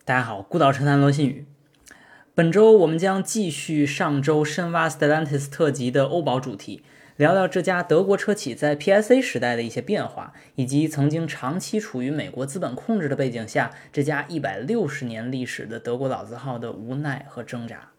大家好，孤岛车谈罗新宇。本周我们将继续上周深挖 Stellantis 特辑的欧宝主题，聊聊这家德国车企在 PSA 时代的一些变化，以及曾经长期处于美国资本控制的背景下，这家160年历史的德国老字号的无奈和挣扎。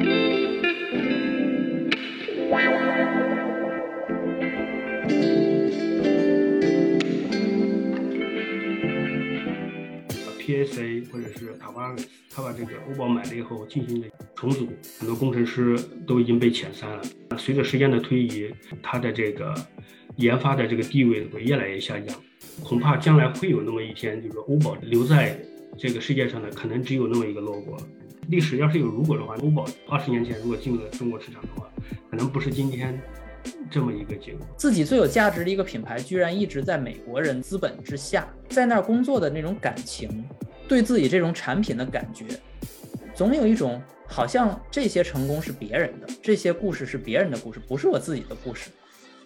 PSA 或者是塔瓦斯，他把这个欧宝买了以后进行了重组，很多工程师都已经被遣散了。随着时间的推移，他的这个研发的这个地位会越来越下降，恐怕将来会有那么一天，就是说欧宝留在这个世界上的可能只有那么一个 logo。历史要是有如果的话，欧宝20年前如果进入了中国市场的话，可能不是今天这么一个结果。 自己最有价值的一个品牌居然一直在美国人资本之下，在那儿工作的那种感情，对自己这种产品的感觉，总有一种好像这些成功是别人的，这些故事是别人的故事，不是我自己的故事。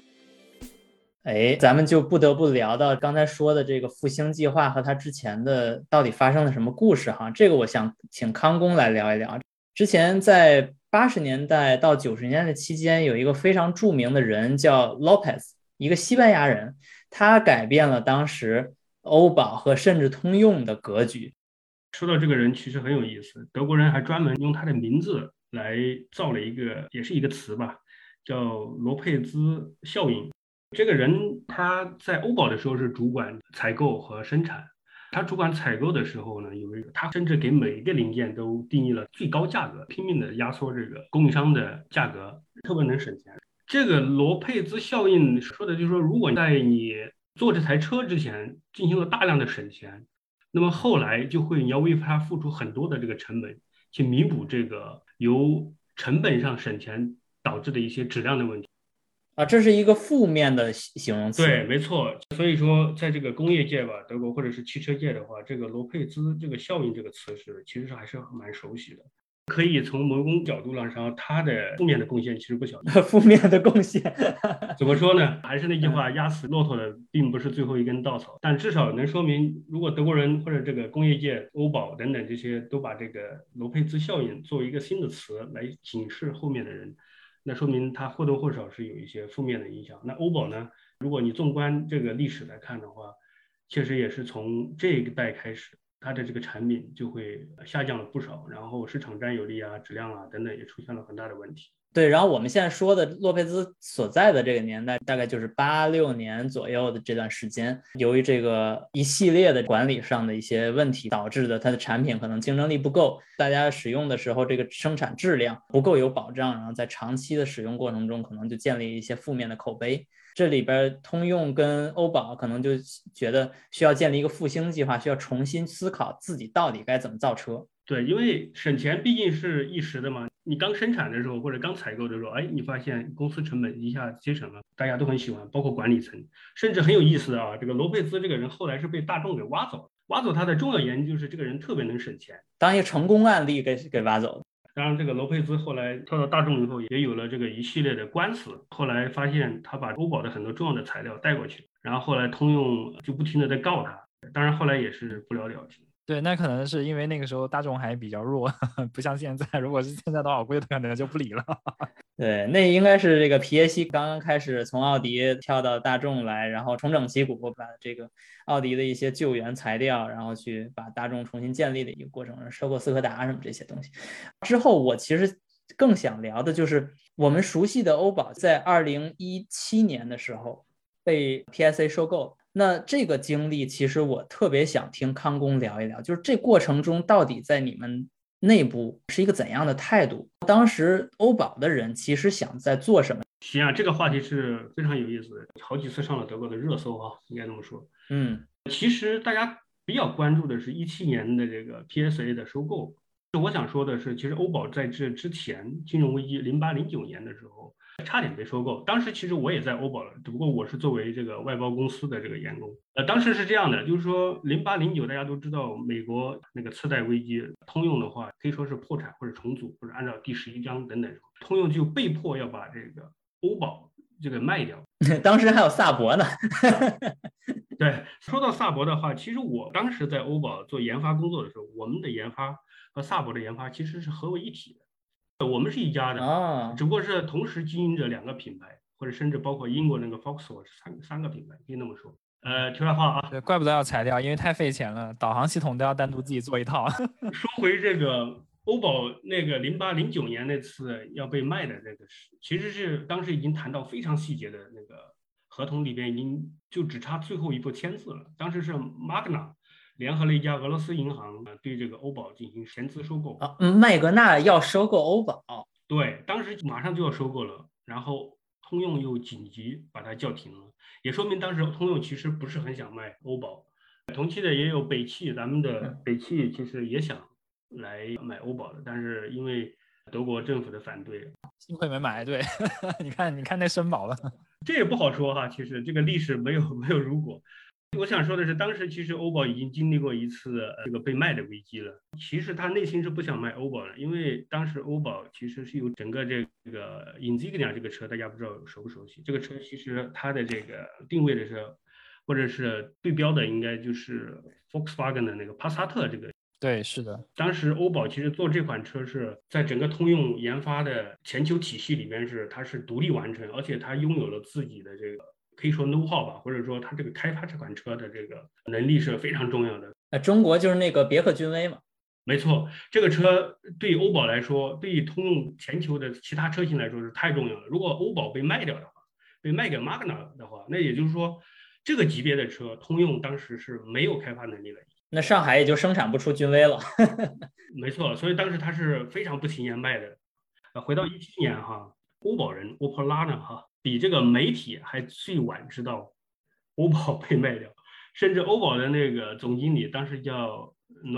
咱们就不得不聊到刚才说的这个复兴计划和它之前的到底发生了什么故事哈。这个我想请康公来聊一聊。之前在80年代到90年代期间，有一个非常著名的人叫 Lopez， 一个西班牙人，他改变了当时欧宝和甚至通用的格局。 说到这个人其实很有意思，德国人还专门用他的名字来造了一个，也是一个词吧，叫罗佩兹效应。这个人他在欧宝的时候是主管采购和生产，他主管采购的时候呢，他甚至给每一个零件都定义了最高价格，拼命的压缩这个供应商的价格，特别能省钱。这个罗佩兹效应说的就是说，如果在你做这台车之前进行了大量的省钱，那么后来你要为它付出很多的这个成本，去弥补这个由成本上省钱导致的一些质量的问题。 这是一个负面的形容词。 对，没错。所以说，在这个工业界吧，德国或者是汽车界的话，这个罗佩兹这个效应这个词其实还是蛮熟悉的。可以从某种角度上说，它的负面的贡献其实不小。 负面的贡献怎么说呢？还是那句话，压死骆驼的并不是最后一根稻草，但至少能说明，如果德国人或者这个工业界、欧宝等等这些都把这个罗佩兹效应作为一个新的词来警示后面的人，那说明它或多或少是有一些负面的影响。那欧宝呢？如果你纵观这个历史来看的话，确实也是从这一代开始，它的这个产品就会下降了不少，然后市场占有率啊、质量啊等等也出现了很大的问题。 对，然后我们现在说的洛佩兹所在的这个年代，大概就是86年左右的这段时间，由于这个一系列的管理上的一些问题导致的，它的产品可能竞争力不够，大家使用的时候这个生产质量不够有保障，然后在长期的使用过程中，可能就建立一些负面的口碑。这里边通用跟欧宝可能就觉得需要建立一个复兴计划，需要重新思考自己到底该怎么造车。 对，因为省钱毕竟是一时的嘛。你刚生产的时候或者刚采购的时候，你发现公司成本一下节省了，大家都很喜欢，包括管理层，甚至很有意思的啊。这个罗佩兹这个人后来是被大众给挖走了，挖走他的重要原因就是这个人特别能省钱， 当一个成功案例给挖走了。 当然，这个罗佩兹后来跳到大众以后，也有了这个一系列的官司。后来发现他把欧宝的很多重要的材料带过去，然后后来通用就不停的在告他，当然后来也是不了了之。 对，那可能是因为那个时候大众还比较弱，不像现在，如果是现在的话，我估计可能就不理了。 对，那应该是这个皮耶希刚刚开始从奥迪跳到大众来，然后重整旗鼓，把这个奥迪的一些旧员裁掉，然后去把大众重新建立的一个过程，收购斯柯达什么这些东西。之后我其实更想聊的就是我们熟悉的欧宝在2017年的时候被 PSA 收购。那这个经历其实我特别想听康公聊一聊，就是这过程中到底在你们内部是一个怎样的态度？当时欧宝的人其实想在做什么？ 行啊，这个话题是非常有意思的，好几次上了德国的热搜啊，应该这么说。其实大家比较关注的是17年的这个 PSA 的收购。我想说的是，其实欧宝在这之前金融危机08、09年的时候差点被收购，当时其实我也在欧宝了，只不过我是作为这个外包公司的这个员工。当时是这样的，就是说08、09大家都知道美国那个次贷危机，通用的话可以说是破产或者重组，或者按照第11章等等，通用就被迫要把这个欧宝这个卖掉。 当时还有萨博呢。 对，说到萨博的话，其实我当时在欧宝做研发工作的时候，我们的研发和萨博的研发其实是合为一体的。我们是一家的， 哦， 只不过是同时经营着2个品牌，或者甚至包括英国那个 Foxwatch 三个品牌，可以那么说。题外话啊， 对，怪不得要裁掉，因为太费钱了，导航系统都要单独自己做一套。 说回这个欧宝那个08、09年那次要被卖的这个事，其实是当时已经谈到非常细节的那个合同里边，已经就只差最后一步签字了。当时是 Magna 联合了一家俄罗斯银行对这个欧宝进行前资收购。 啊，麦格纳要收购欧宝。 对，当时马上就要收购了，然后通用又紧急把它叫停了，也说明当时通用其实不是很想卖欧宝。同期的也有北汽，咱们的北汽其实也想来买欧宝的，但是因为德国政府的反对， 幸亏没买。对，你看那绅宝了。 这也不好说哈。其实这个历史没有如果。我想说的是，当时其实欧宝已经经历过一次这个被卖的危机了。其实他内心是不想卖欧宝的，因为当时欧宝其实是有整个这个 Insignia 这个车，大家不知道熟不熟悉？这个车其实它的这个定位的是，或者是对标的，应该就是 Volkswagen 的那个帕萨特这个。 对，是的。 当时欧宝其实做这款车是在整个通用研发的全球体系里边它是独立完成，而且它拥有了自己的这个可以说 know how 吧，或者说它这个开发这款车的这个能力是非常重要的。 中国就是那个别克君威嘛。 没错，这个车对于欧宝来说，对于通用全球的其他车型来说是太重要了。如果欧宝被卖掉的话，被卖给 Magna 的话，那也就是说这个级别的车，通用当时是没有开发能力的。 那上海也就生产不出君威了。 没错，所以当时他是非常不情愿卖的。回到17年哈，欧宝人 Opel 哈，比这个媒体还最晚知道欧宝被卖掉，甚至欧宝的那个总经理当时叫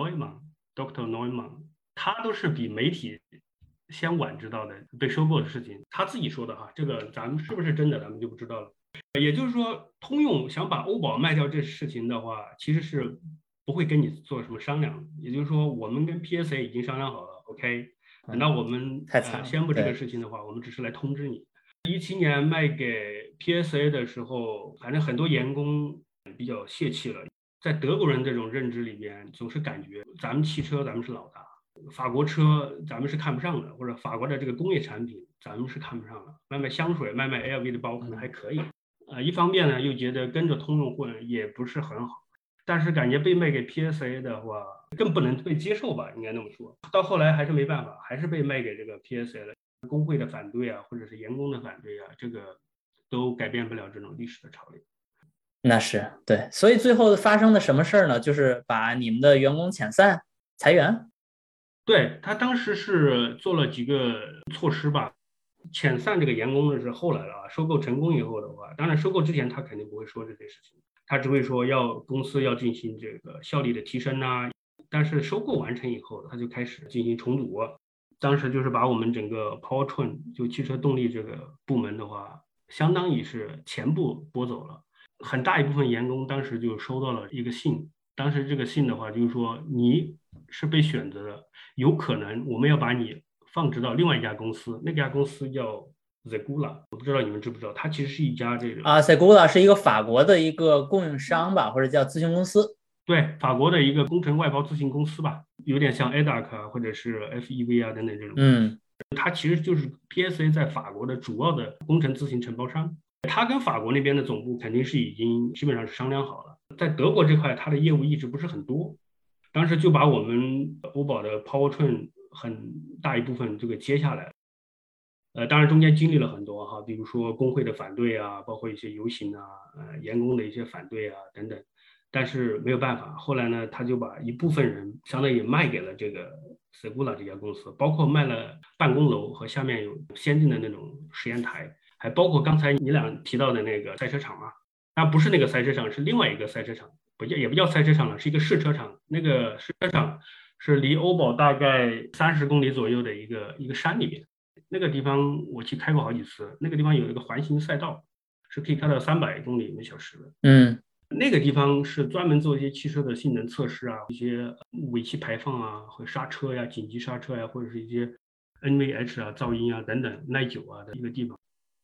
Dr. Neumann， 他都是比媒体先晚知道的被收购的事情。他自己说的哈，这个咱们是不是真的，咱们就不知道了。也就是说，通用想把欧宝卖掉这事情的话，其实是不会跟你做什么商量。也就是说，我们跟 PSA 已经商量好了 ，OK。等到我们宣布这个事情的话，我们只是来通知你。17年卖给 PSA 的时候，反正很多员工比较泄气了。在德国人这种认知里边，总是感觉咱们汽车咱们是老大，法国车咱们是看不上的，或者法国的这个工业产品咱们是看不上的。卖卖香水、卖卖 LV 的包可能还可以。一方面呢，又觉得跟着通用混也不是很好，但是感觉被卖给 PSA 的话，更不能被接受吧，应该那么说。到后来还是没办法，还是被卖给这个 PSA 了。工会的反对啊，或者是员工的反对啊，这个都改变不了这种历史的潮流。 那是对，所以最后发生的什么事儿呢？就是把你们的员工遣散、裁员。 对，他当时是做了几个措施吧。遣散这个员工呢是后来了，收购成功以后的话，当然收购之前他肯定不会说这些事情，他只会说公司要进行这个效率的提升啊。但是收购完成以后，他就开始进行重组。当时就是把我们整个 Powertrain 就汽车动力这个部门的话，相当于是全部拨走了。很大一部分员工当时就收到了一个信，当时这个信的话就是说你是被选择的，有可能我们要把你放置到另外一家公司，那家公司叫 Segula， 我不知道你们知不知道，它其实是一家这个 Segula 是一个法国的一个供应商吧，或者叫咨询公司。 对，法国的一个工程外包咨询公司吧，有点像 ADAC 或者是 FEV 啊等等这种。它其实就是 PSA 在法国的主要的工程咨询承包商。它跟法国那边的总部肯定是已经基本上是商量好了。在德国这块，它的业务一直不是很多。当时就把我们欧宝的 Powertrain 很大一部分这个接下来。当然中间经历了很多哈，比如说工会的反对啊，包括一些游行啊，员工的一些反对啊等等。但是没有办法，后来呢，他就把一部分人相当于卖给了这个 Segula 这家公司，包括卖了办公楼和下面有先进的那种实验台，还包括刚才你俩提到的那个赛车场啊，但不是那个赛车场，是另外一个赛车场，也不叫赛车场了，是一个试车场。那个试车场是离欧宝大概30公里左右的一个山里面，那个地方我去开过好几次，那个地方有一个环形赛道，是可以开到300公里每小时的。那个地方是专门做一些汽车的性能测试啊，一些尾气排放啊，和刹车呀、紧急刹车呀，或者是一些 NVH 啊、噪音啊等等、耐久啊的一个地方。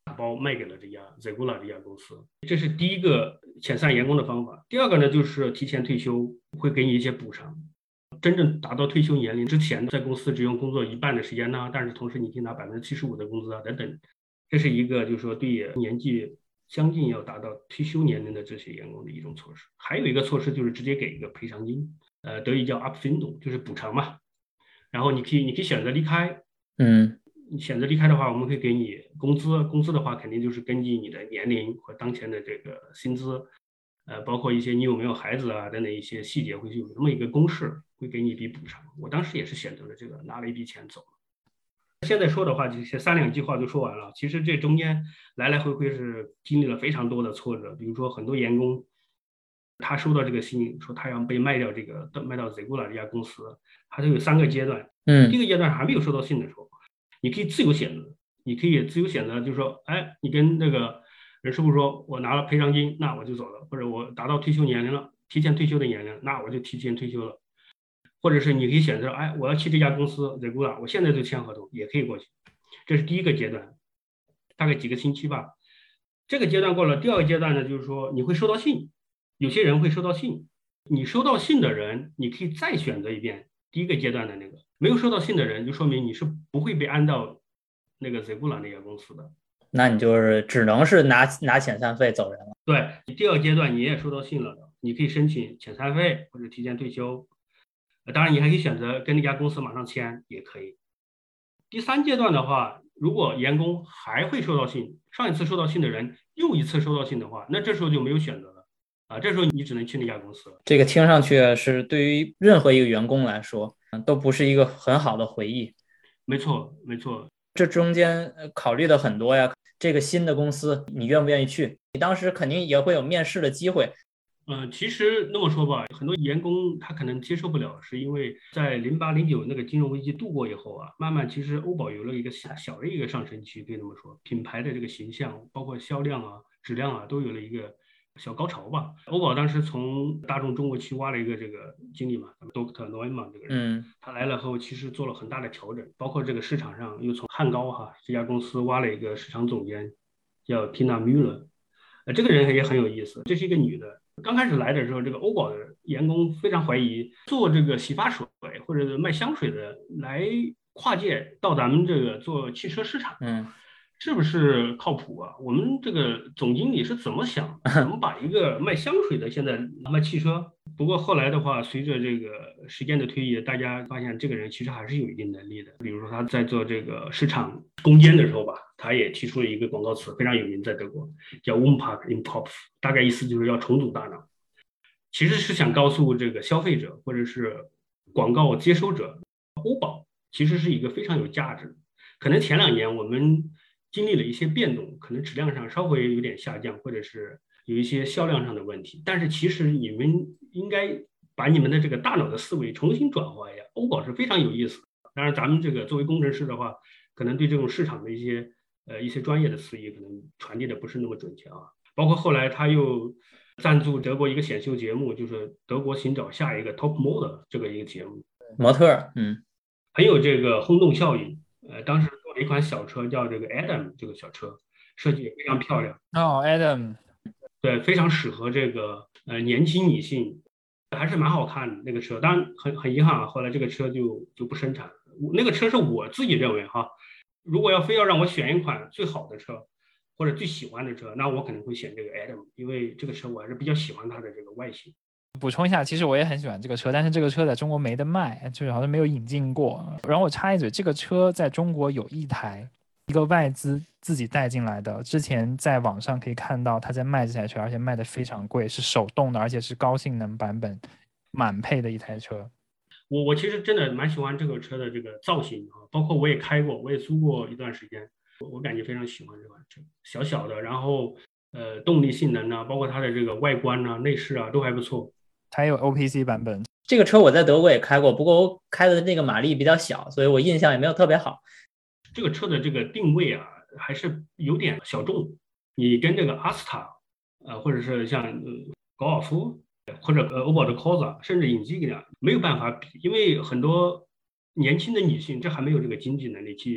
打包卖给了这家 Zegula 这家公司。这是第一个遣散员工的方法。第二个呢，就是提前退休，会给你一些补偿。真正达到退休年龄之前，在公司只用工作一半的时间呢，但是同时你可以拿75%的工资啊等等。这是一个就是说对年纪将近要达到退休年龄的这些员工的一种措施。还有一个措施就是直接给一个赔偿金，德语叫 Abfindung， 就是补偿嘛。然后你可以选择离开，你选择离开的话，我们会给你工资，工资的话肯定就是根据你的年龄和当前的这个薪资，包括一些你有没有孩子啊等等一些细节，会有这么一个公式，会给你一笔补偿。我当时也是选择了这个，拿了一笔钱走了。现在说的话，这些3、2句话就说完了。其实这中间来来回回是经历了非常多的挫折，比如说很多员工，他收到这个信说他要被卖掉，卖到 Zegula 这家公司，他都有3个阶段。第一个阶段还没有收到信的时候，你可以自由选择，就是说，哎，你跟那个人事部说，我拿了赔偿金，那我就走了，或者我达到退休年龄了，提前退休的年龄，那我就提前退休了。或者是你可以选择，哎，我要去这家公司 Zegula， 我现在就签合同，也可以过去。这是第一个阶段，大概几个星期吧。这个阶段过了，第二个阶段呢，就是说你会收到信，有些人会收到信，你收到信的人，你可以再选择一遍第一个阶段的那个。没有收到信的人，就说明你是不会被安到那个 Zegula 那家公司的。 那你就是只能是拿遣散费走人了。 对，第二阶段你也收到信了的，你可以申请遣散费或者提前退休。当然，你还可以选择跟那家公司马上签，也可以。第3阶段的话，如果员工还会收到信，上一次收到信的人又一次收到信的话，那这时候就没有选择了啊，这时候你只能去那家公司了。 这个听上去是对于任何一个员工来说，都不是一个很好的回忆。 没错，没错。 这中间考虑的很多呀，这个新的公司你愿不愿意去？你当时肯定也会有面试的机会。 其实那么说吧，很多员工他可能接受不了，是因为在08、09那个金融危机度过以后啊，慢慢其实欧宝有了一个小的一个上升期，可以这么说，品牌的这个形象，包括销量啊、质量啊，都有了一个小高潮吧。欧宝当时从大众中国区挖了一个这个经理嘛，Dr. Neumann 这个人，他来了后其实做了很大的调整，包括这个市场上又从汉高这家公司挖了一个市场总监，叫 Tina Müller，这个人也很有意思，这是一个女的。刚开始来的时候，这个欧宝的员工非常怀疑做这个洗发水或者卖香水的来跨界到咱们这个做汽车市场，是不是靠谱啊？我们这个总经理是怎么想，怎么把一个卖香水的现在卖汽车？不过后来的话，随着这个时间的推移，大家发现这个人其实还是有一定能力的。比如说他在做这个市场攻坚的时候吧，他也提出了一个广告词，非常有名，在德国叫 Umpach im Kopf， 大概意思就是要重组大脑。其实是想告诉这个消费者或者是广告接收者，欧宝其实是一个非常有价值。可能前2年我们经历了一些变动，可能质量上稍微有点下降，或者是有一些销量上的问题，但是其实你们应该把你们的这个大脑的思维重新转化一下，欧宝是非常有意思的。当然咱们这个作为工程师的话，可能对这种市场的一些专业的词语可能传递的不是那么准确啊。包括后来他又赞助德国一个选秀节目，就是德国寻找下一个 top model 这个一个节目， 模特， 很有这个轰动效应。当时做了一款小车叫这个 Adam， 这个小车设计也非常漂亮。 Adam， 对，非常适合这个年轻女性，还是蛮好看的那个车。当然很遗憾啊，后来这个车就不生产。那个车是我自己认为如果非要让我选一款最好的车或者最喜欢的车，那我可能会选这个 Adam， 因为这个车我还是比较喜欢它的这个外形。 补充一下，其实我也很喜欢这个车，但是这个车在中国没得卖，就是好像没有引进过。然后我插一嘴，这个车在中国有一台，一个外资自己带进来的，之前在网上可以看到他在卖这台车，而且卖的非常贵，是手动的，而且是高性能版本满配的一台车。 我其实真的蛮喜欢这个车的这个造型包括我也开过，我也租过一段时间，我感觉非常喜欢这款车，小小的，然后动力性能包括它的这个外观内饰都还不错。 它有 OPC 版本。 这个车我在德国也开过，不过我开的那个马力比较小，所以我印象也没有特别好。 这个车的这个定位还是有点小众，你跟这个阿斯塔或者是像高尔夫或者欧宝的 Corsa 甚至影机没有办法比，因为很多年轻的女性这还没有这个经济能力去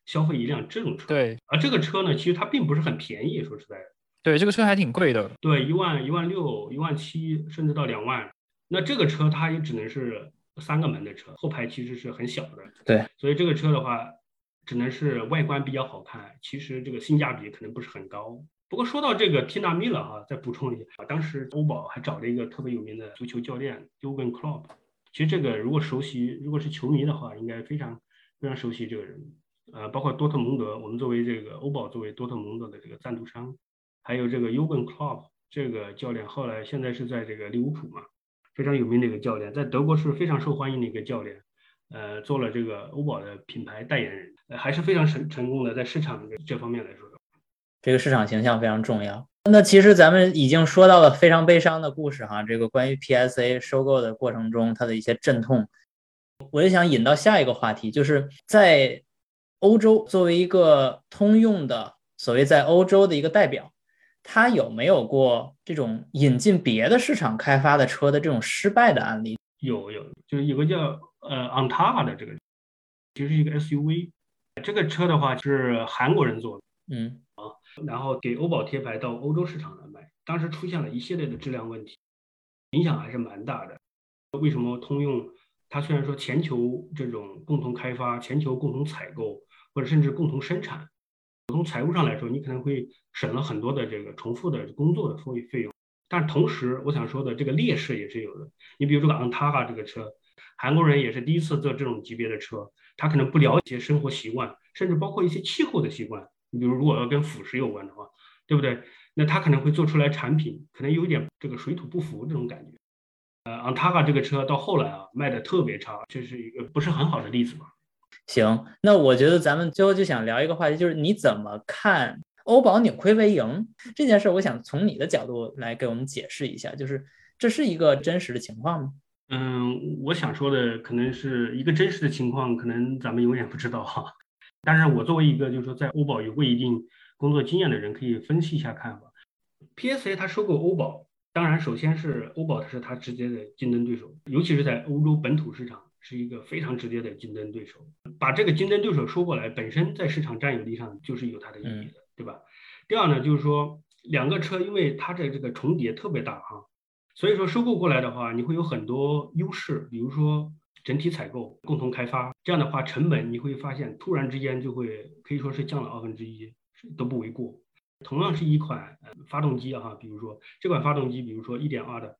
消费一辆这种车。 对， 而这个车呢，其实它并不是很便宜，说实在的。 对，这个车还挺贵的。 对，1万6、1万7，甚至到2万。那这个车它也只能是3个门的车，后排其实是很小的。 对， 所以这个车的话，只能是外观比较好看，其实这个性价比可能不是很高。不过说到这个 Tina Miller 哈，再补充一下，当时欧宝还找了一个特别有名的足球教练 Jürgen Klopp。其实这个如果是球迷的话，应该非常非常熟悉这个人。包括多特蒙德，我们作为这个欧宝作为多特蒙德的这个赞助商，还有这个 Jürgen Klopp 这个教练，后来现在是在这个利物浦嘛，非常有名的一个教练，在德国是非常受欢迎的一个教练。做了这个欧宝的品牌代言人，还是非常成功的，在市场这方面来说， 这个市场形象非常重要。那其实咱们已经说到了非常悲伤的故事哈，这个关于 PSA 收购的过程中它的一些阵痛，我也想引到下一个话题，就是在欧洲作为一个通用的所谓在欧洲的一个代表，它有没有过这种引进别的市场开发的车的这种失败的案例？ 有，就是有个叫Antara 的这个，其实是一个 SUV。这个车的话是韩国人做的，然后给欧宝贴牌到欧洲市场来卖，当时出现了一系列的质量问题，影响还是蛮大的。为什么通用它虽然说全球这种共同开发、全球共同采购，或者甚至共同生产，从财务上来说，你可能会省了很多的这个重复的工作的费用，但同时我想说的这个劣势也是有的。你比如说Antara 这个车，韩国人也是第一次做这种级别的车，他可能不了解生活习惯，甚至包括一些气候的习惯。你比如如果要跟腐蚀有关的话，对不对？那他可能会做出来产品可能有点这个水土不服这种感觉。Antara 这个车到后来卖的特别差，这是一个不是很好的例子吧。 行，那我觉得咱们最后就想聊一个话题，就是你怎么看欧宝扭亏为盈这件事？我想从你的角度来给我们解释一下，就是这是一个真实的情况吗？ 我想说的可能是一个真实的情况，可能咱们永远不知道哈。但是我作为一个就是说在欧宝有过一定工作经验的人，可以分析一下看法。PSA 它收购欧宝，当然首先是欧宝，它是它直接的竞争对手，尤其是在欧洲本土市场是一个非常直接的竞争对手。把这个竞争对手收过来，本身在市场占有力上就是有它的意义的，对吧？第二呢，就是说两个车因为它的这个重叠特别大哈，所以说收购过来的话，你会有很多优势，比如说整体采购、共同开发，这样的话成本你会发现突然之间就会可以说是降了1/2，都不为过。同样是一款发动机比如说这款发动机，比如说1.2的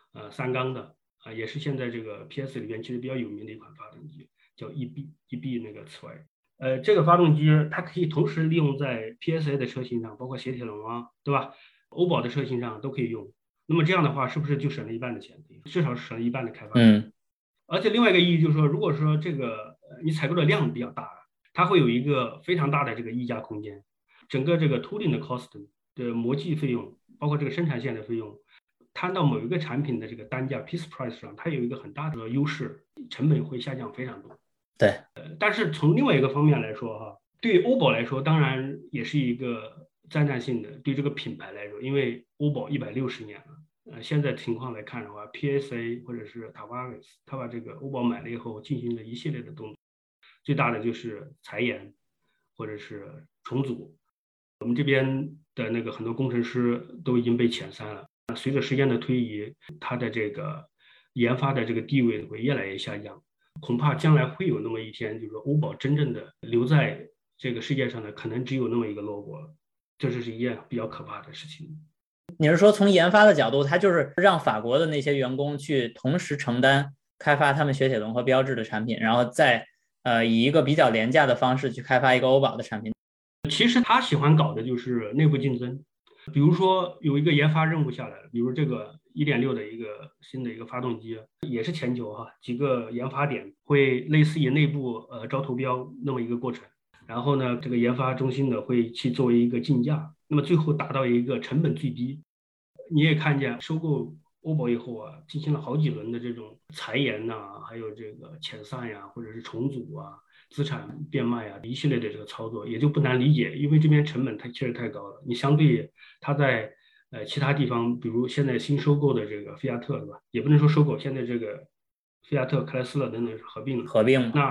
3缸的也是现在这个 PS 里边其实比较有名的一款发动机，叫 EB 那个词外。这个发动机它可以同时利用在 PSA 的车型上，包括雪铁龙对吧？欧宝的车型上都可以用。那么这样的话，是不是就省了一半的钱？至少是省了一半的开发。而且另外一个意义就是说，如果说这个你采购的量比较大，它会有一个非常大的这个溢价空间。整个这个 tooling 的 cost 的模具费用，包括这个生产线的费用，摊到某一个产品的这个单价 piece price 上，它有一个很大的优势，成本会下降非常多。 对， 但是从另外一个方面来说对欧宝来说，当然也是一个灾难性的，对这个品牌来说，因为欧宝160年了。现在情况来看的话 ，PSA 或者是 Tavares， 他把这个欧宝买了以后，进行了一系列的动作，最大的就是裁员或者是重组。我们这边的那个很多工程师都已经被遣散了。随着时间的推移，它的这个研发的这个地位会越来越下降。恐怕将来会有那么一天，就是说欧宝真正的留在这个世界上的，可能只有那么一个 logo 了。这是一件比较可怕的事情。 你是说从研发的角度，它就是让法国的那些员工去同时承担开发他们雪铁龙和标致的产品，然后再以一个比较廉价的方式去开发一个欧宝的产品？ 其实他喜欢搞的就是内部竞争。比如说有一个研发任务下来了，比如这个1.6的一个新的一个发动机，也是全球几个研发点会类似于内部招投标那么一个过程。然后呢，这个研发中心呢会去作为一个竞价，那么最后达到一个成本最低。你也看见收购欧宝以后进行了好几轮的这种裁员还有这个遣散或者是重组资产变卖一系列的这个操作，也就不难理解，因为这边成本它确实太高了。你相对它在其他地方，比如现在新收购的这个菲亚特，对吧？也不能说收购，现在这个菲亚特、克莱斯勒等等是合并了。 合并那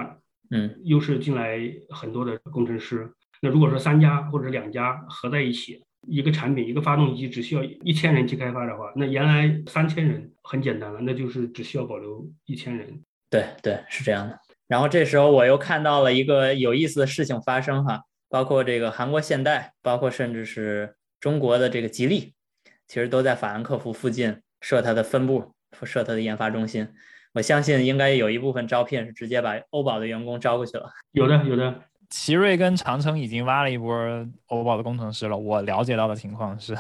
优势进来很多的工程师。那如果说3家或者2家合在一起，一个产品一个发动机只需要1000人去开发的话，那原来3000人很简单了，那就是只需要保留1000人。 对对，是这样的。然后这时候我又看到了一个有意思的事情发生哈，包括这个韩国现代，包括甚至是中国的这个吉利，其实都在法兰克福附近设它的分部，设它的研发中心。我相信应该有一部分招聘是直接把欧宝的员工招过去了。 有的， 奇瑞跟长城已经挖了一波欧宝的工程师了，我了解到的情况是。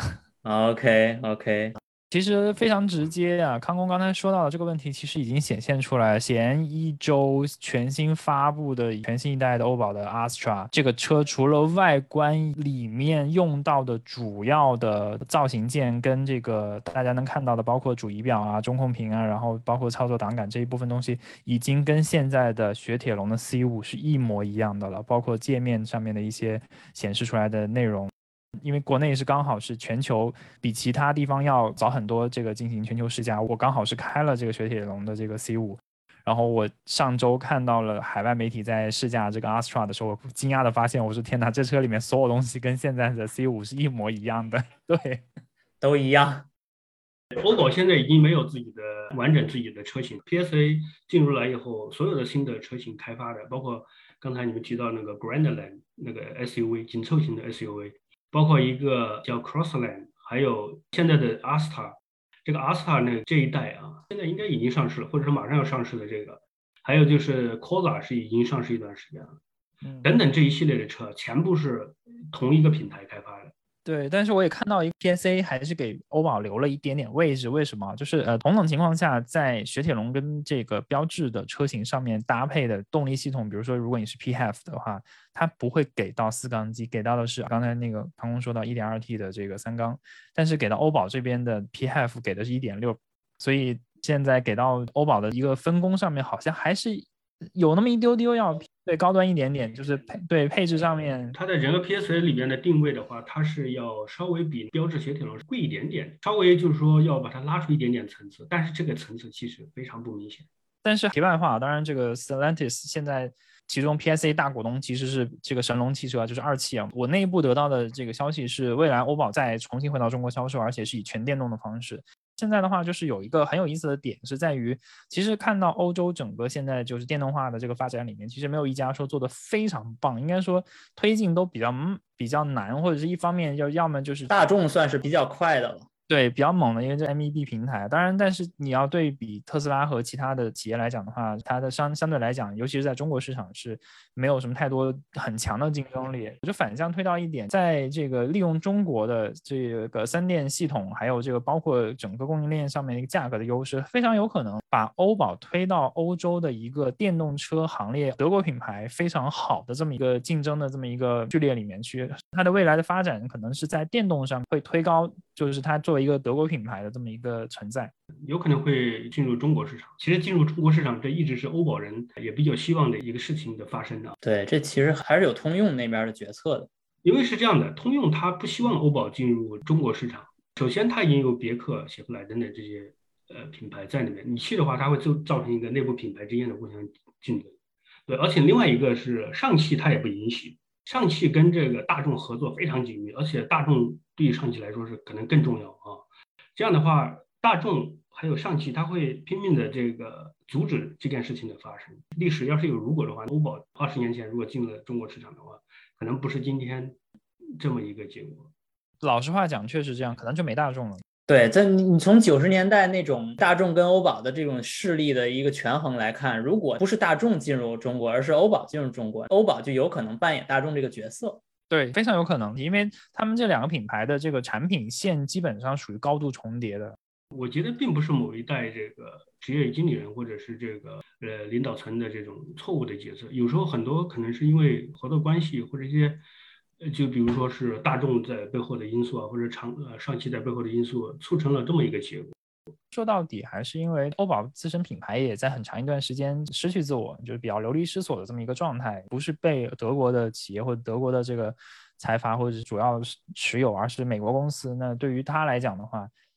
OK， 其实非常直接啊，康工刚才说到的这个问题，其实已经显现出来。前1周全新发布的全新一代的欧宝的 Astra 这个车，除了外观里面用到的主要的造型件跟这个大家能看到的，包括主仪表啊、中控屏啊，然后包括操作档杆这一部分东西，已经跟现在的雪铁龙的 C5 是一模一样的了，包括界面上面的一些显示出来的内容。因为国内是刚好是全球比其他地方要早很多这个进行全球试驾，我刚好是开了这个雪铁龙的这个 C5， 然后我上周看到了海外媒体在试驾这个 Astra 的时候，我惊讶的发现，我说天哪，这车里面所有东西跟现在的 C5 是一模一样的。对， 都一样。 欧宝现在已经没有自己的完整自己的车型 ，PSA 进入来以后，所有的新的车型开发的，包括刚才你们提到那个 Grandland 那个 SUV 紧凑型的 SUV，包括一个叫 Crossland， 还有现在的 Asta， 这个 Asta 呢这一代啊，现在应该已经上市了，或者是马上要上市的这个，还有就是 Corsa 是已经上市一段时间了，等等这一系列的车全部是同一个品牌开发的。 对，但是我也看到一个 PSA 还是给欧宝留了一点点位置，为什么？就是同等情况下，在雪铁龙跟这个标致的车型上面搭配的动力系统，比如说如果你是 PHEV 的话，它不会给到4缸机，给到的是刚才那个康工说到 1.2T 的这个3缸，但是给到欧宝这边的 PHEV 给的是 1.6，所以现在给到欧宝的一个分工上面好像还是有那么一丢丢要对高端一点点，就是配置上面， 它在整个 PSA 里边的定位的话，它是要稍微比标致雪铁龙贵一点点，稍微就是说要把它拉出一点点层次，但是这个层次其实非常不明显。 但是题外话，当然这个 Stellantis 现在其中 PSA 大股东其实是这个神龙汽车，就是2汽啊。我内部得到的这个消息是，未来欧宝再重新回到中国销售，而且是以全电动的方式。现在的话，就是有一个很有意思的点是在于，其实看到欧洲整个现在就是电动化的这个发展里面，其实没有一家说做的非常棒，应该说推进都比较难，或者是一方面要么就是大众算是比较快的了。 对，比较猛的，因为这 MEB 平台，当然，但是你要对比特斯拉和其他的企业来讲的话，它的相对来讲，尤其是在中国市场是没有什么太多很强的竞争力。我就反向推到一点，在这个利用中国的这个3电系统，还有这个包括整个供应链上面的一个价格的优势，非常有可能把欧宝推到欧洲的一个电动车行列，德国品牌非常好的这么一个竞争的这么一个序列里面去。它的未来的发展可能是在电动上会推高，就是它作为一个德国品牌的这么一个存在， 有可能会进入中国市场。其实进入中国市场，这一直是欧宝人也比较希望的一个事情的发生的。 对，这其实还是有通用那边的决策的。 因为是这样的，通用它不希望欧宝进入中国市场。首先，它已经有别克、雪佛兰等等这些品牌在里面，你去的话，它会造成一个内部品牌之间的互相竞争。对，而且另外一个是上汽，它也不允许。上汽跟这个大众合作非常紧密，而且大众对于上汽来说是可能更重要啊。这样的话，大众还有上汽，它会拼命的这个阻止这件事情的发生。历史要是有如果的话，欧宝20年前如果进了中国市场的话，可能不是今天这么一个结果。 老实话讲，确实这样，可能就没大众了。 对，在你从90年代那种大众跟欧宝的这种势力的一个权衡来看，如果不是大众进入中国，而是欧宝进入中国，欧宝就有可能扮演大众这个角色。 对，非常有可能，因为他们这2个品牌的这个产品线基本上属于高度重叠的。 我觉得并不是某一代这个职业经理人或者是这个领导层的这种错误的决策，有时候很多可能是因为合作关系或者一些就比如说是大众在背后的因素啊，或者上汽在背后的因素，促成了这么一个结果。 说到底还是因为欧宝自身品牌也在很长一段时间失去自我，就是比较流离失所的这么一个状态，不是被德国的企业或者德国的这个财阀或者是主要持有，而是美国公司。那对于他来讲的话，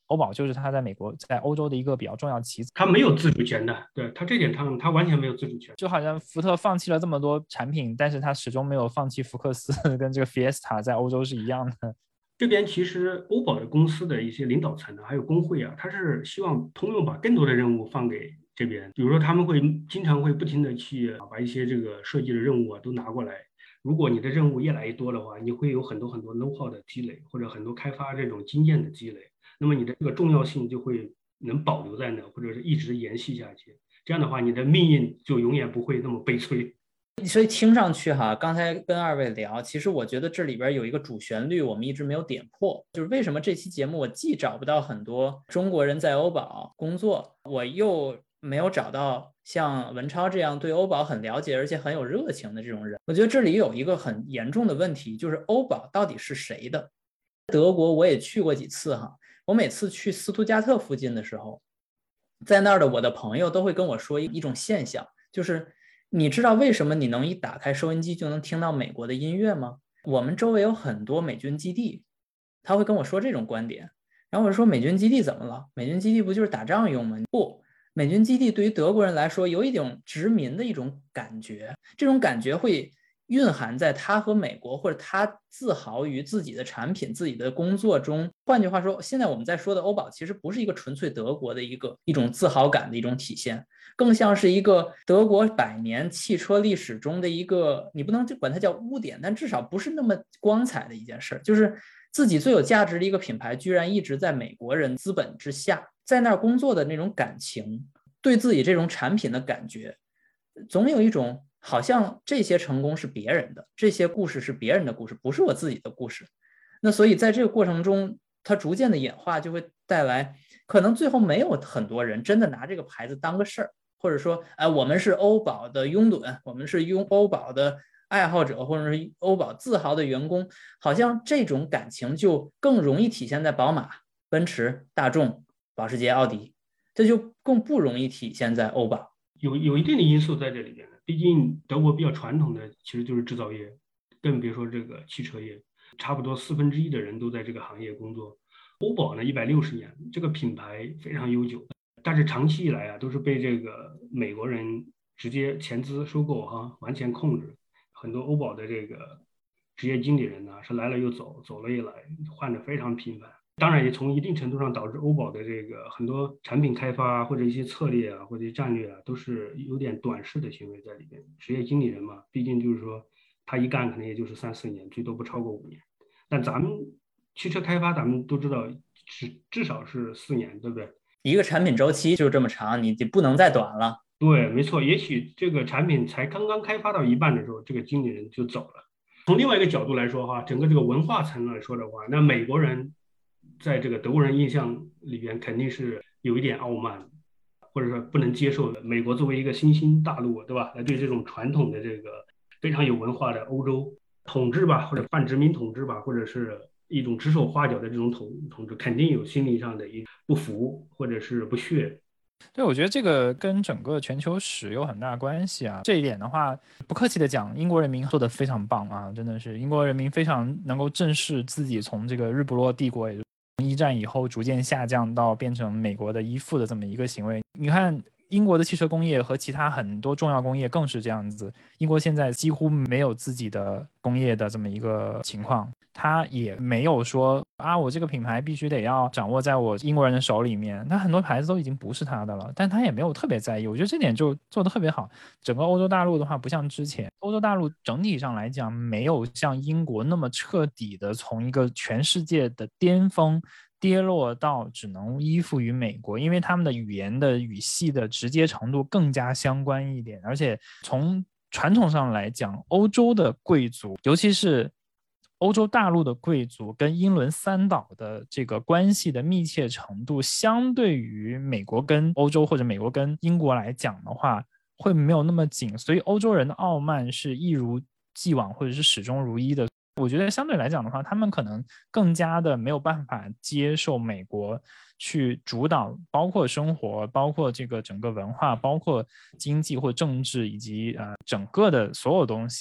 欧宝就是它在美国在欧洲的一个比较重要的棋子。 它没有自主权的，对，它这点上它完全没有自主权。 就好像福特放弃了这么多产品，但是它始终没有放弃福克斯跟这个 Fiesta 在欧洲是一样的。 这边其实欧宝的公司的一些领导层呢，还有工会啊，他是希望通用把更多的任务放给这边，比如说他们会经常会不停的去把一些这个设计的任务啊都拿过来。如果你的任务越来越多的话，你会有很多很多 know-how 的积累，或者很多开发这种经验的积累，那么你的这个重要性就会能保留在那，或者是一直延续下去。这样的话，你的命运就永远不会那么悲催。 所以听上去哈，刚才跟二位聊，其实我觉得这里边有一个主旋律，我们一直没有点破，就是为什么这期节目我既找不到很多中国人在欧宝工作，我又没有找到像文超这样对欧宝很了解而且很有热情的这种人。我觉得这里有一个很严重的问题，就是欧宝到底是谁的？德国我也去过几次哈，我每次去斯图加特附近的时候，在那儿的我的朋友都会跟我说一种现象，就是你知道为什么你能一打开收音机就能听到美国的音乐吗？我们周围有很多美军基地，他会跟我说这种观点。然后我说美军基地怎么了？美军基地不就是打仗用吗？不，美军基地对于德国人来说有一种殖民的一种感觉，这种感觉会蕴含在他和美国或者他自豪于自己的产品、自己的工作中。换句话说，现在我们在说的欧宝其实不是一个纯粹德国的一种自豪感的一种体现，更像是一个德国100年汽车历史中的一个，你不能管它叫污点，但至少不是那么光彩的一件事，就是自己最有价值的一个品牌居然一直在美国人资本之下，在那儿工作的那种感情，对自己这种产品的感觉，总有一种好像这些成功是别人的，这些故事是别人的故事，不是我自己的故事。那所以在这个过程中，它逐渐的演化就会带来，可能最后没有很多人真的拿这个牌子当个事儿，或者说，我们是欧宝的拥趸，我们是欧宝的爱好者，或者是欧宝自豪的员工，好像这种感情就更容易体现在宝马、奔驰、大众、保时捷、奥迪，这就更不容易体现在欧宝。 有一定的因素在这里边的，毕竟德国比较传统的其实就是制造业，更别说这个汽车业，差不多1/4的人都在这个行业工作。欧宝呢160年，这个品牌非常悠久，但是长期以来啊都是被这个美国人直接前资收购哈，完全控制。很多欧宝的这个职业经理人呢是来了又走，走了又来，换的非常频繁。当然，也从一定程度上导致欧宝的这个很多产品开发或者一些策略啊，或者战略啊，都是有点短视的行为在里边。职业经理人嘛，毕竟就是说他一干可能也就是3-4年，最多不超过5年。但咱们汽车开发，咱们都知道至少是4年，对不对？ 一个产品周期就这么长，你不能再短了。 对，没错。也许这个产品才刚刚开发到一半的时候，这个经理人就走了。从另外一个角度来说哈，整个这个文化层来说的话，那美国人在这个德国人印象里边肯定是有一点傲慢，或者说不能接受的。美国作为一个新兴大陆，对吧？来对这种传统的这个非常有文化的欧洲统治吧，或者泛殖民统治吧，或者是一种指手画脚的这种统治，肯定有心理上的一不服或者是不屑。 对，我觉得这个跟整个全球史有很大关系啊。这一点的话，不客气的讲，英国人民做得非常棒啊，真的是英国人民非常能够正视自己从这个日不落帝国，也就是1战以后逐渐下降到变成美国的依附的这么一个行为。你看英国的汽车工业和其他很多重要工业更是这样子，英国现在几乎没有自己的工业的这么一个情况，他也没有说我这个品牌必须得要掌握在我英国人的手里面，他很多牌子都已经不是他的了，但他也没有特别在意，我觉得这点就做得特别好。整个欧洲大陆的话，不像之前，欧洲大陆整体上来讲没有像英国那么彻底的从一个全世界的巅峰跌落到只能依附于美国，因为他们的语言的语系的直接程度更加相关一点，而且从传统上来讲，欧洲的贵族，尤其是欧洲大陆的贵族跟英伦三岛的这个关系的密切程度，相对于美国跟欧洲或者美国跟英国来讲的话，会没有那么紧，所以欧洲人的傲慢是一如既往或者是始终如一的。我觉得相对来讲的话，他们可能更加的没有办法接受美国去主导，包括生活，包括这个整个文化，包括经济或政治，以及整个的所有东西。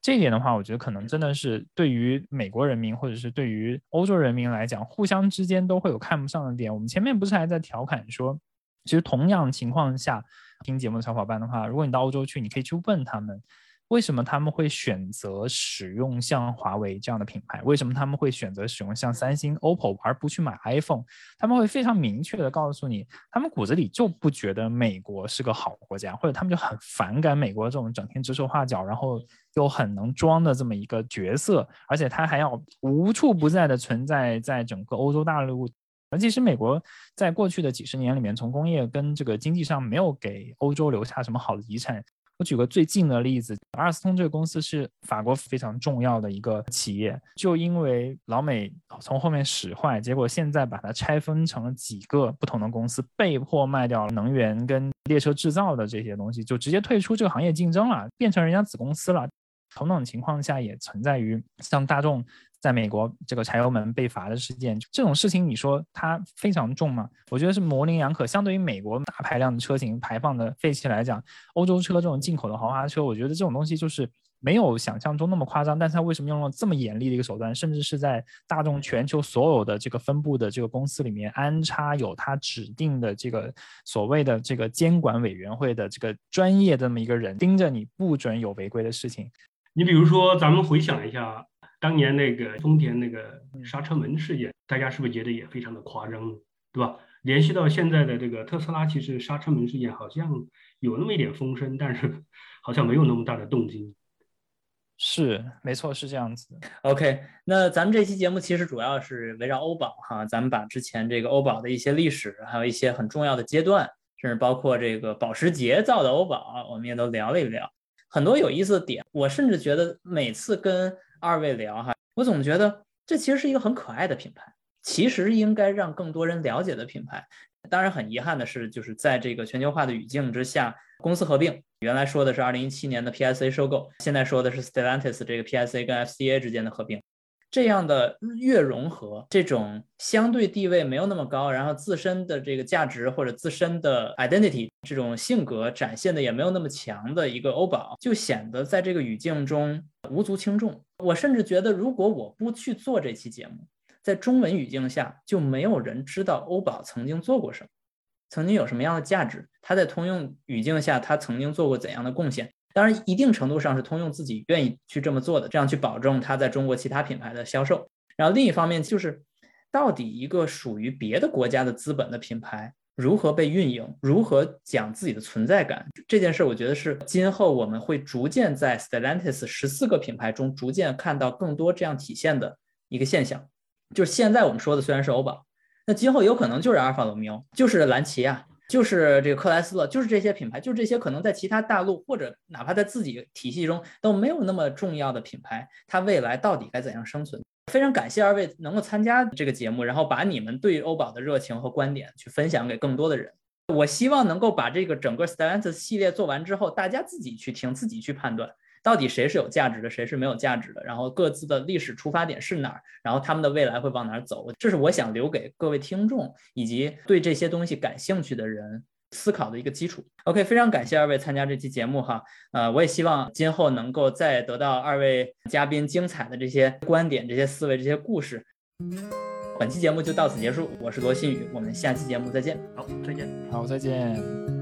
这一点的话，我觉得可能真的是对于美国人民或者是对于欧洲人民来讲，互相之间都会有看不上的点。我们前面不是还在调侃说，其实同样情况下，听节目的小伙伴的话，如果你到欧洲去，你可以去问他们，为什么他们会选择使用像华为这样的品牌？为什么他们会选择使用像三星、OPPO 而不去买 iPhone？ 他们会非常明确的告诉你，他们骨子里就不觉得美国是个好国家，或者他们就很反感美国这种整天指手画脚，然后又很能装的这么一个角色，而且他还要无处不在的存在在整个欧洲大陆。其实美国在过去的几十年里面，从工业跟这个经济上没有给欧洲留下什么好的遗产。我举个最近的例子，阿尔斯通这个公司是法国非常重要的一个企业，就因为老美从后面使坏，结果现在把它拆分成了几个不同的公司，被迫卖掉能源跟列车制造的这些东西，就直接退出这个行业竞争了，变成人家子公司了。同等情况下也存在于像大众在美国这个柴油门被罚的事件，这种事情你说它非常重吗？我觉得是模棱两可。相对于美国大排量的车型排放的废气来讲，欧洲车这种进口的豪华车，我觉得这种东西就是没有想象中那么夸张，但是它为什么用了这么严厉的一个手段，甚至是在大众全球所有的这个分布的这个公司里面安插有它指定的这个所谓的这个监管委员会的这个专业的这么一个人盯着你，不准有违规的事情。 你比如说咱们回想一下当年那个丰田那个刹车门事件，大家是不是觉得也非常的夸张，对吧？联系到现在的这个特斯拉，其实刹车门事件好像有那么一点风声，但是好像没有那么大的动静。 是，没错，是这样子。 OK， 那咱们这期节目其实主要是围绕欧宝哈，咱们把之前这个欧宝的一些历史，还有一些很重要的阶段，甚至包括这个保时捷造的欧宝，我们也都聊了一聊。很多有意思的点，我甚至觉得每次跟二位聊哈，我总觉得这其实是一个很可爱的品牌，其实应该让更多人了解的品牌。当然很遗憾的是，就是在这个全球化的语境之下，公司合并，原来说的是2017年的 PSA 收购，现在说的是 Stellantis 这个 PSA 跟 FCA 之间的合并。这样的越融合，这种相对地位没有那么高，然后自身的这个价值或者自身的 identity 这种性格展现的也没有那么强的一个欧宝，就显得在这个语境中无足轻重。我甚至觉得，如果我不去做这期节目，在中文语境下就没有人知道欧宝曾经做过什么，曾经有什么样的价值，他在通用语境下他曾经做过怎样的贡献。当然一定程度上是通用自己愿意去这么做的，这样去保证它在中国其他品牌的销售。然后另一方面就是到底一个属于别的国家的资本的品牌如何被运营，如何讲自己的存在感，这件事我觉得是今后我们会逐渐在 Stellantis 14个品牌中逐渐看到更多这样体现的一个现象。就是现在我们说的虽然是欧宝，那今后有可能就是阿尔法罗密欧，就是兰奇亚，就是这个克莱斯勒，就是这些品牌，就是这些可能在其他大陆或者哪怕在自己体系中都没有那么重要的品牌，它未来到底该怎样生存。非常感谢二位能够参加这个节目，然后把你们对欧宝的热情和观点去分享给更多的人。我希望能够把这个整个 Stellantis 系列做完之后，大家自己去听，自己去判断到底谁是有价值的，谁是没有价值的，然后各自的历史出发点是哪儿，然后他们的未来会往哪儿走，这是我想留给各位听众以及对这些东西感兴趣的人思考的一个基础。 OK， 非常感谢二位参加这期节目哈，我也希望今后能够再得到二位嘉宾精彩的这些观点、这些思维、这些故事。本期节目就到此结束，我是罗新宇，我们下期节目再见。 好，再见。 好，再见。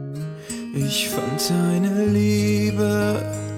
Ich fand deine Liebe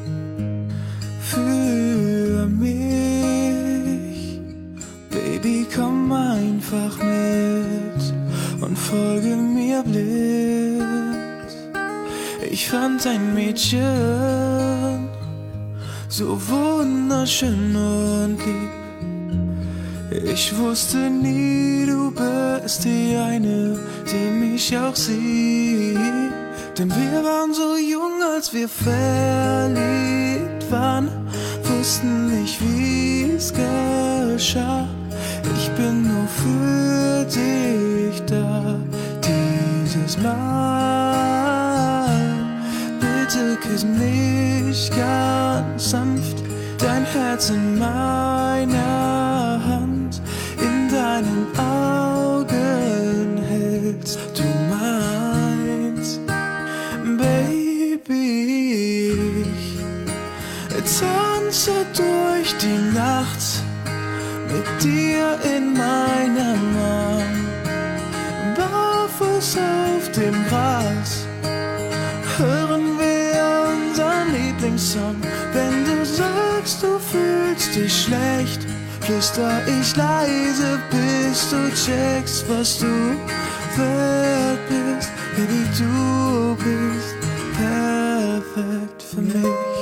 für mich. Baby, komm einfach mit und folge mir blind. Ich fand ein Mädchen so wunderschön und lieb. Ich wusste nie, du bist die eine, die mich auch sieht. Denn wir waren so jung, als wir verliebt waren, wussten nicht, wie es geschah. Ich bin nur für dich da, dieses Mal. Bitte küss mich ganz sanft, dein Herz in meiner Hand, in deinen Augen hältst du meins. Baby, ich tanze tanze durch die Nacht mit dir in meinem Arm, barfuß auf dem Gras, hören wir unseren Lieblingssong. Wenn du sagst, du fühlst dich schlecht, flüster ich leise, bis du checkst, was du wert bist. Baby, du bist perfekt für mich.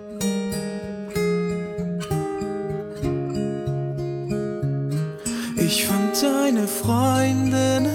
Ich fand deine Freundin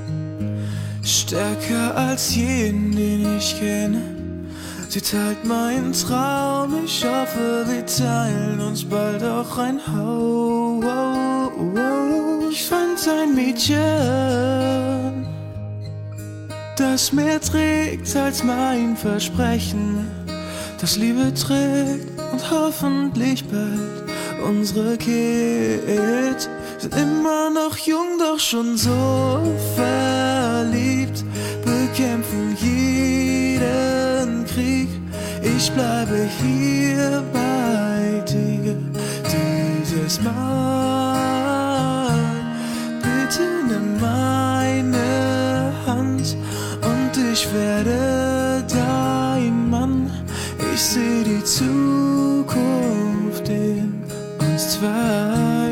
stärker als jeden, den ich kenne. Sie teilt meinen Traum, ich hoffe, wir teilen uns bald auch ein Haus. Ich fand ein Mädchen, das mehr trägt als mein Versprechen, das Liebe trägt und hoffentlich bald unsere Kids. Sind immer noch jung, doch schon so verliebt, bekämpfen jeden Krieg. Ich bleibe hier bei dir dieses Mal. Bitte nimm meine Hand und ich werde dein Mann. Ich sehe die Zukunft in uns zwei.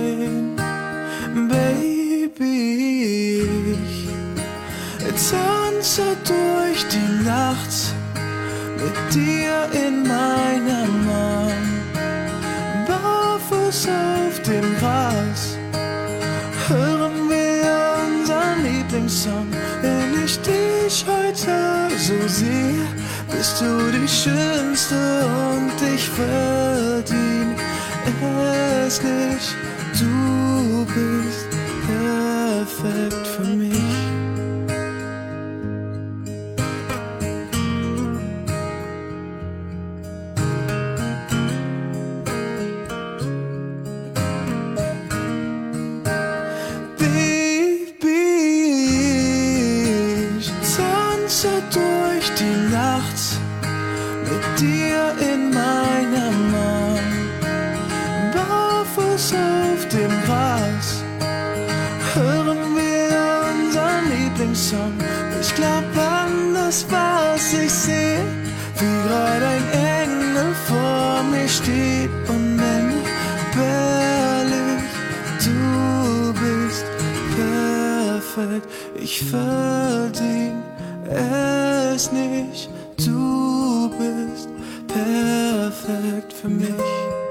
Baby, ich tanze durch die Nacht mit dir in meinem Arm, barfuß auf dem Gras, hören wir unseren Lieblingssong. Wenn ich dich heute so sehe, bist du die Schönste und ich verdien es nicht. Du bist perfekt für mich. Baby, ich tanze durch die Nacht mit dir in meinem Arm, barfuß auf dem Gras, hören wir unseren Lieblingssong. Ich glaub an das, was ich sehe, wie grad ein Engel vor mir steht, unentbehrlich. Du bist perfekt, ich verdien es nicht. Du bist perfekt für mich.